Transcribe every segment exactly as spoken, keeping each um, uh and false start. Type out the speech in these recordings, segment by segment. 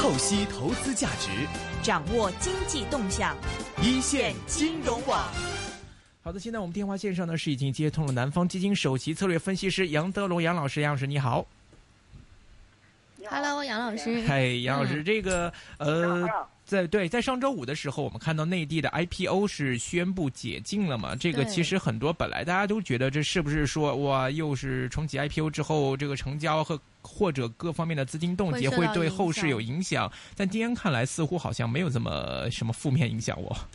透析投资价值， 掌握经济动向， 一线金融网。 好的，现在我们电话线上呢是已经接通了南方基金首席策略分析师杨德龙杨老师，杨老师你好。 Hello， 杨老师。 嗨，杨老师， 嗯、 这个呃，在对，在上周五的时候，我们看到内地的 I P O 是宣布解禁了嘛？这个其实很多本来大家都觉得这是不是说哇，又是重启 I P O 之后，这个成交和或者各方面的资金冻结会对后市有影响？但今天看来似乎好像没有这么什么负面影响哦。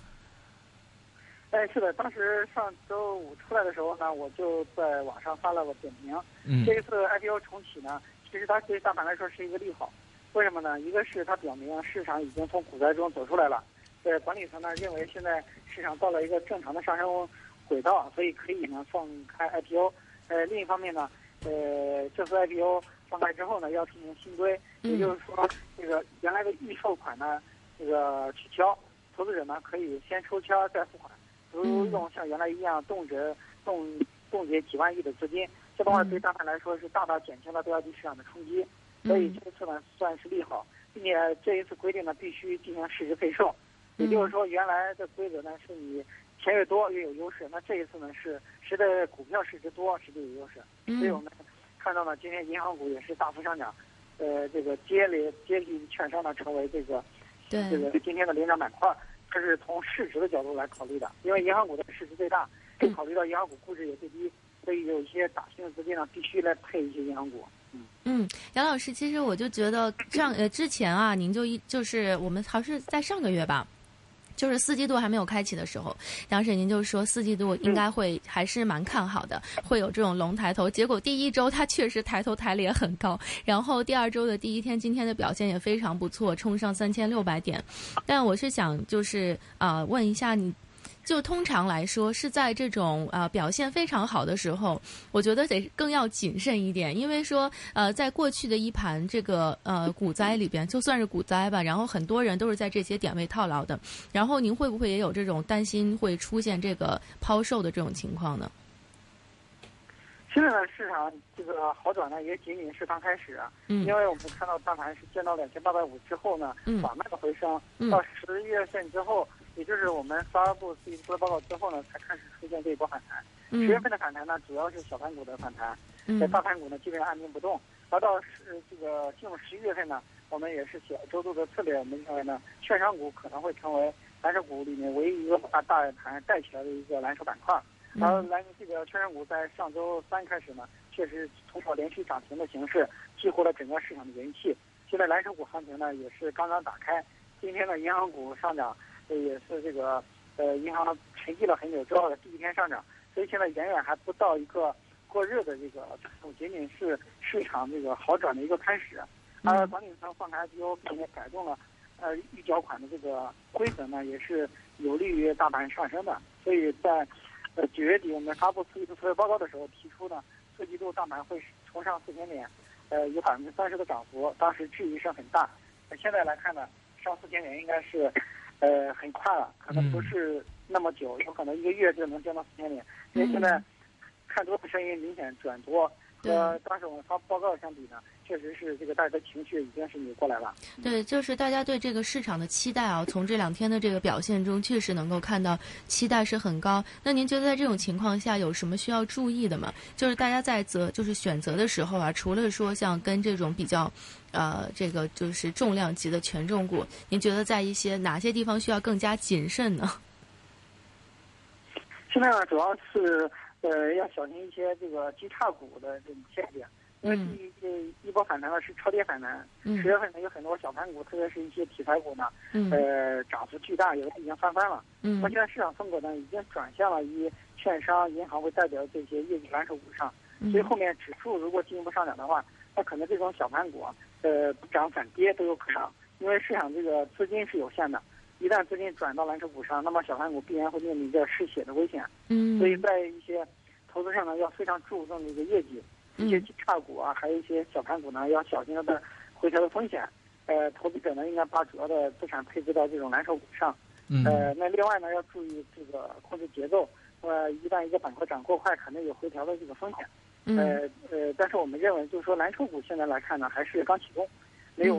哎，是的，当时上周五出来的时候呢，我就在网上发了个点评。 嗯， 这一次 I P O 重启呢，其实它对大盘来说是一个利好。为什么呢？一个是它表明市场已经从股灾中走出来了，呃，管理层呢认为现在市场到了一个正常的上升轨道，所以可以呢放开 I P O。呃，另一方面呢，呃，这次 I P O 放开之后呢，要进行新规，也就是说，这个原来的预售款呢，这个取消，投资者呢可以先抽签再付款。不用像原来一样冻结冻冻结几万亿的资金，这的话对大盘来说是大大减轻了标的市场的冲击，所以这次呢算是利好，并且这一次规定呢必须进行市值配售，也就是说原来的规则呢是你钱越多越有优势，那这一次呢是谁的股票市值多谁就有优势，所以我们看到呢今天银行股也是大幅上涨，呃这个接连接替券商呢成为这个这个今天的领涨板块。这是从市值的角度来考虑的，因为银行股的市值最大，考虑到银行股估值也最低，所以有一些大型的资金呢必须来配一些银行股。嗯嗯，杨老师，其实我就觉得上呃之前啊，您就一就是我们好像是在上个月吧。就是四季度还没有开启的时候，当时您就说四季度应该会还是蛮看好的，会有这种龙抬头。结果第一周它确实抬头抬得也很高，然后第二周的第一天，今天的表现也非常不错，冲上三千六百点。但我是想就是啊、呃、问一下你。就通常来说是在这种呃表现非常好的时候，我觉得得更要谨慎一点，因为说呃在过去的一盘这个呃股灾里边，就算是股灾吧，然后很多人都是在这些点位套牢的，然后您会不会也有这种担心会出现这个抛售的这种情况呢？ 现在呢，市场这个好转呢，也仅仅是刚开始啊。嗯。因为我们看到大盘是见到两千八百五之后呢，嗯，缓慢的回升，嗯，到十月份之后。也就是我们发布四季度报告之后呢，才开始出现这一波反弹。十、嗯、月份的反弹呢，主要是小盘股的反弹，在、嗯、大盘股呢基本上按兵不动。而到是这个进入十一月份呢，我们也是小周度的策略，我们认为呢，券商股可能会成为蓝筹股里面唯一一个把大盘带起来的一个蓝筹板块。嗯、而蓝这个券商股在上周三开始呢，确实通过连续涨停的形式，激活了整个市场的元气。现在蓝筹股行情呢，也是刚刚打开。今天的银行股上涨。这也是这个呃银行沉寂了很久之后的第一天上涨，所以现在远远还不到一个过热的这个，仅仅是市场这个好转的一个开始。而管理层放开 I P O 并且改动了呃预缴款的这个规则呢，也是有利于大盘上升的。所以在呃九月底我们发布四季度策略报告的时候提出呢，四季度大盘会冲上四千点，呃有百分之三十的涨幅，当时质疑声很大。现在来看呢，上四千点应该是。呃，很快了，可能不是那么久，有可能一个月就能降到四千点。因为现在看多的声音明显转多，和当时我们发报告相比呢，确实是这个大家的情绪已经是扭过来了。 对，就是大家对这个市场的期待啊，从这两天的这个表现中，确实能够看到期待是很高。那您觉得在这种情况下有什么需要注意的吗？就是大家在择就是选择的时候啊，除了说像跟这种比较。呃，这个就是重量级的权重股，您觉得在一些哪些地方需要更加谨慎呢？ 现在呢，主要是呃要小心一些这个基差股的这种现象，因为第一这一波反弹呢是超跌反弹，十、嗯、月份呢有很多小盘股，特别是一些题材股呢，嗯、呃涨幅巨大，有的已经翻番了。嗯，那现在市场风格呢已经转向了以券商、银行为代表的这些业绩蓝筹股上，所以后面指数如果进一步上涨的话，那可能这种小盘股啊。呃，涨反跌都有可能，因为市场这个资金是有限的，一旦资金转到蓝筹股上，那么小盘股必然会面临着失血的危险。嗯，所以在一些投资上呢，要非常注重这个业绩，一些差股啊，还有一些小盘股呢，要小心的回调的风险。呃，投资者呢应该把主要的资产配置到这种蓝筹股上。嗯，呃，那另外呢要注意这个控制节奏，呃，一旦一个板块涨过快，可能有回调的这个风险。呃呃，但是我们认为，就是说蓝筹股现在来看呢，还是刚启动，没有到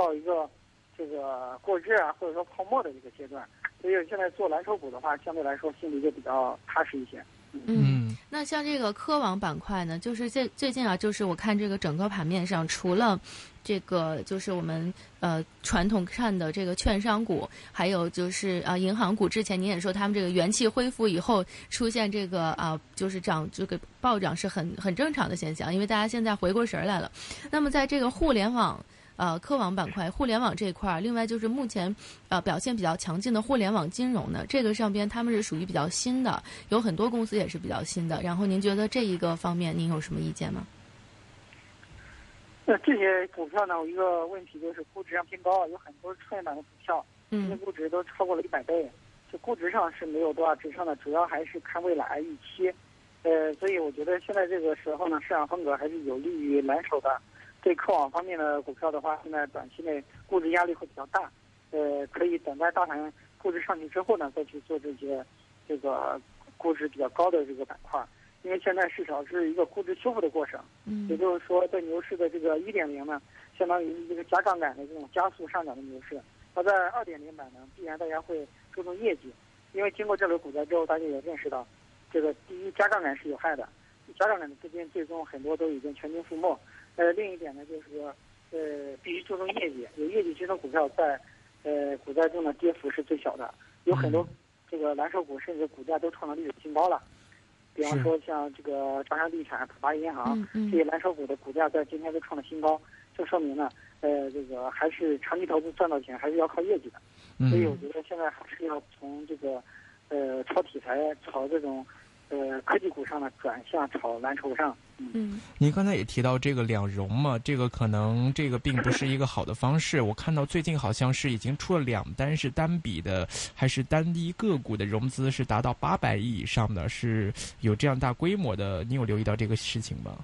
到一个这个过热啊，或者说泡沫的一个阶段。所以现在做蓝筹股的话，相对来说心里就比较踏实一些。 嗯，那像这个科网板块呢，就是最最近啊，就是我看这个整个盘面上，除了这个就是我们呃传统看的这个券商股，还有就是啊、呃、银行股，之前您也说他们这个元气恢复以后出现这个啊、呃、就是涨这个暴涨是很很正常的现象，因为大家现在回过神来了。那么在这个互联网呃科网板块，互联网这一块，另外就是目前呃表现比较强劲的互联网金融呢，这个上边他们是属于比较新的，有很多公司也是比较新的。然后您觉得这一个方面您有什么意见吗？ 那这些股票呢，有一个问题就是估值上偏高，有很多创业板的股票，嗯，那估值都超过了一百倍，就估值上是没有多少支撑的，主要还是看未来预期。呃，所以我觉得现在这个时候呢，市场风格还是有利于蓝筹的。对科网方面的股票的话，现在短期内估值压力会比较大，呃，可以等待大盘估值上去之后呢，再去做这些这个估值比较高的这个板块。因为现在市场是一个估值修复的过程，嗯，也就是说，在牛市的这个一点零呢，相当于一个加杠杆的这种加速上涨的牛市。而在二点零版呢，必然大家会注重业绩，因为经过这轮股灾之后，大家也认识到，这个第一加杠杆是有害的，加杠杆的资金最终很多都已经全军覆没。呃，另一点呢，就是说，呃，必须注重业绩，有业绩支撑股票在，呃，股灾中的跌幅是最小的。有很多这个蓝筹股甚至股价都创了历史新高了。比方说像这个招商地产、浦发银行、嗯嗯、这些蓝筹股的股价在今天都创了新高，这说明呢，呃，这个还是长期投资赚到钱还是要靠业绩的。嗯、所以我觉得现在还是要从这个，呃，炒题材、炒这种。呃，科技股上呢转向炒蓝筹上。 嗯，您刚才也提到这个两融嘛，这个可能这个并不是一个好的方式。我看到最近好像是已经出了两单，是单笔的还是单一个股的融资是达到八百亿以上的，是有这样大规模的。你有留意到这个事情吗？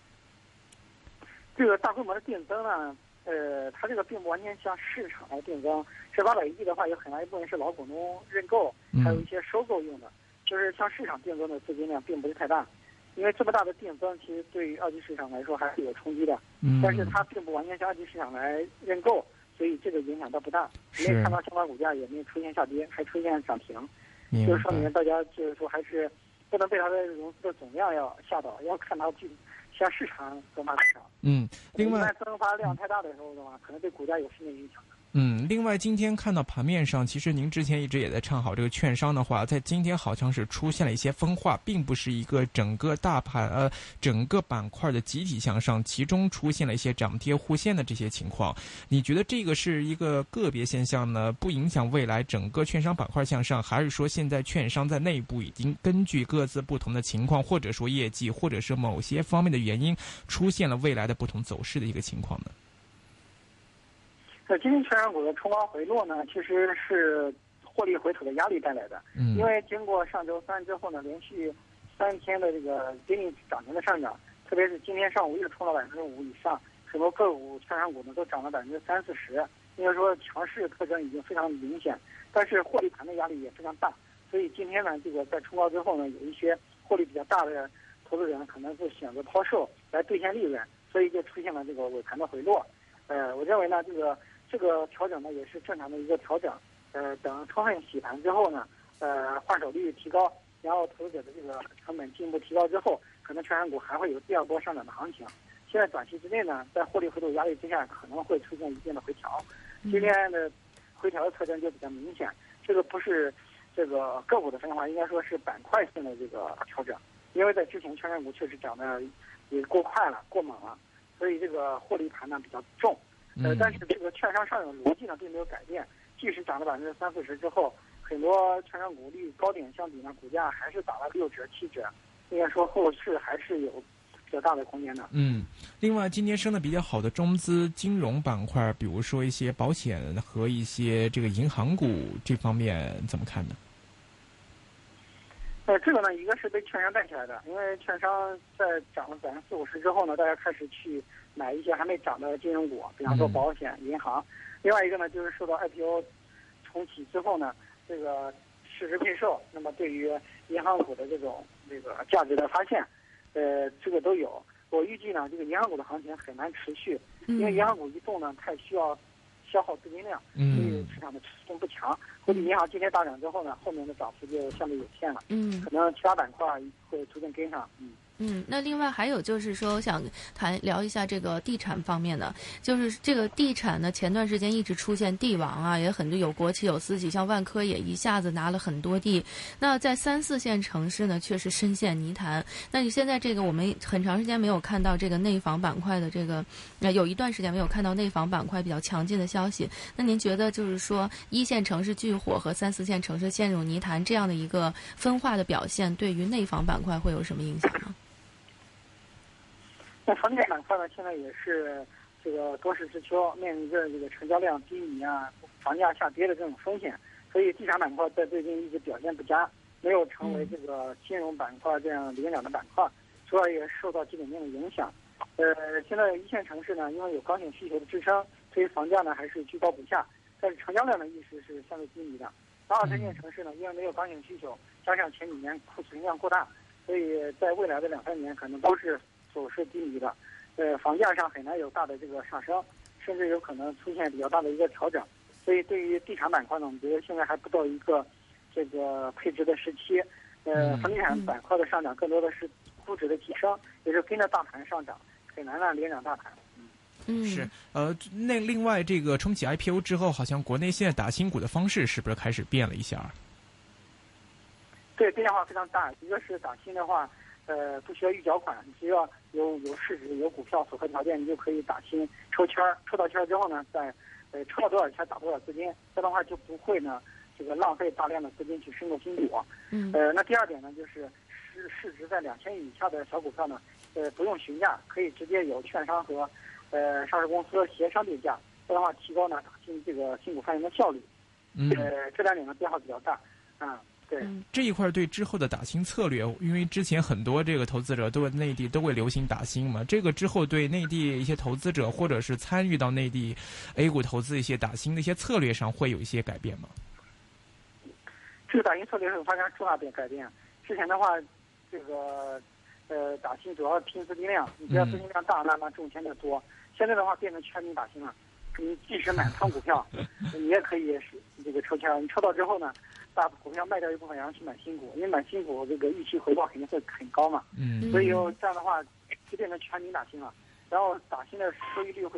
这个大规模的定增呢，呃，它这个并不完全向市场来定增。这八百亿的话，有很大一部分是老股东认购，还有一些收购用的。嗯，就是向市场定增的资金量并不是太大，因为这么大的定增，其实对于二级市场来说还是有冲击的。嗯，但是它并不完全向二级市场来认购，所以这个影响倒不大。没有看到相关股价也没有出现下跌，还出现涨停，就是说明大家就是说还是不能被它的融资的总量要吓到，要看它具向市场增发市场。 嗯，另外增发量太大的时候的话，可能对股价有负面影响的。 嗯，另外今天看到盘面上，其实您之前一直也在唱好这个券商的话，在今天好像是出现了一些分化，并不是一个整个大盘呃整个板块的集体向上，其中出现了一些涨跌互现的这些情况。你觉得这个是一个个别现象呢，不影响未来整个券商板块向上，还是说现在券商在内部已经根据各自不同的情况，或者说业绩，或者是某些方面的原因，出现了未来的不同走势的一个情况呢？ 那今天券商股的冲高回落呢，其实是获利回吐的压力带来的。嗯，因为经过上周三之后呢，连续三天的这个接近涨停的上涨，特别是今天上午又冲了百分之五以上，很多个股券商股呢都涨了百分之三四十。应该说强势特征已经非常明显，但是获利盘的压力也非常大。所以今天呢，这个在冲高之后呢，有一些获利比较大的投资人可能会选择抛售来兑现利润，所以就出现了这个尾盘的回落。呃，我认为呢，这个。这个调整呢也是正常的一个调整，呃，等充分洗盘之后呢，呃，换手率提高，然后投资者的这个成本进一步提高之后，可能券商股还会有第二波上涨的行情。现在短期之内呢，在获利回吐压力之下，可能会出现一定的回调。今天的回调的特征就比较明显，这个不是这个个股的分化，应该说是板块性的这个调整，因为在之前券商股确实涨得也过快了、过猛了，所以这个获利盘呢比较重。呃，但是这个券商上涨逻辑呢并没有改变，即使涨了百分之三四十之后，很多券商股离高点相比呢，股价还是打了六折、七折，应该说后市还是有比较大的空间的。 嗯，另外今天升的比较好的中资金融板块，比如说一些保险和一些这个银行股这方面怎么看呢？ 呃，这个呢，一个是被券商带起来的，因为券商在涨了百分之四五十之后呢，大家开始去买一些还没涨的金融股，比方说保险、银行。另外一个呢，就是受到 I P O 重启之后呢，这个市值配售，那么对于银行股的这种这个价值的发现，呃，这个都有。我预计呢，这个银行股的行情很难持续，因为银行股一动呢，太需要消耗资金量，所以市场的驱动不强。国际银行今天大涨之后呢，后面的涨幅就相对有限了。 嗯， 可能其他板块会逐渐跟上。嗯。 嗯，那另外还有就是说，我想谈聊一下这个地产方面的，就是这个地产呢，前段时间一直出现地王啊，也很多有国企有私企，像万科也一下子拿了很多地。那在三四线城市呢，确实深陷泥潭。那你现在这个我们很长时间没有看到这个内房板块的这个，呃，有一段时间没有看到内房板块比较强劲的消息。那您觉得就是说，一线城市巨火和三四线城市陷入泥潭这样的一个分化的表现，对于内房板块会有什么影响吗？ 那房地产板块呢，现在也是这个多事之秋，面临着这个成交量低迷啊、房价下跌的这种风险，所以地产板块在最近一直表现不佳，没有成为这个金融板块这样领涨的板块，主要也受到基本面的影响。呃，现在一线城市呢，因为有刚性需求的支撑，所以房价呢还是居高不下，但是成交量的一直是相对低迷的。然后二三线城市呢，因为没有刚性需求，加上前几年库存量过大，所以在未来的两三年可能都是走势低迷的，呃，房价上很难有大的这个上升，甚至有可能出现比较大的一个调整。所以对于地产板块呢，我们觉得现在还不到一个这个配置的时期。呃，房地产板块的上涨更多的是估值的提升，也是跟着大盘上涨，很难让连涨大盘。 嗯， 是，呃，那另外这个重启 I P O 之后，好像国内现在打新股的方式是不是开始变了一下？ 对，变化非常大。一个是打新的话，呃，不需要预缴款，只要有有市值、有股票符合条件，你就可以打新抽签儿。抽到签儿之后呢，再呃抽到多少签打多少资金，这样的话就不会呢这个浪费大量的资金去申购新股。 嗯。 呃，那第二点呢，就是市市值在两千亿以下的小股票呢，呃，不用询价，可以直接有券商和呃上市公司协商定价，这样的话提高呢打新这个新股发行的效率。 嗯。 呃，这两点呢变化比较大啊。对， 这一块对之后的打新策略，因为之前很多这个投资者都内地都会流行打新嘛，这个之后对内地一些投资者或者是参与到内地 A 股投资一些打新的一些策略上会有一些改变吗？ 这个打新策略会发生重大的改变。之前的话，这个呃打新主要拼资金量，你只要资金量大，那么中签的多。现在的话变成全民打新了，你即使满仓股票，你也可以这个抽签，你抽到之后呢，把股票卖掉一部分，然后去买新股，因为买新股这个预期回报肯定会很高嘛。 嗯。 所以这样的话就变成全民打新了，然后打新的收益率会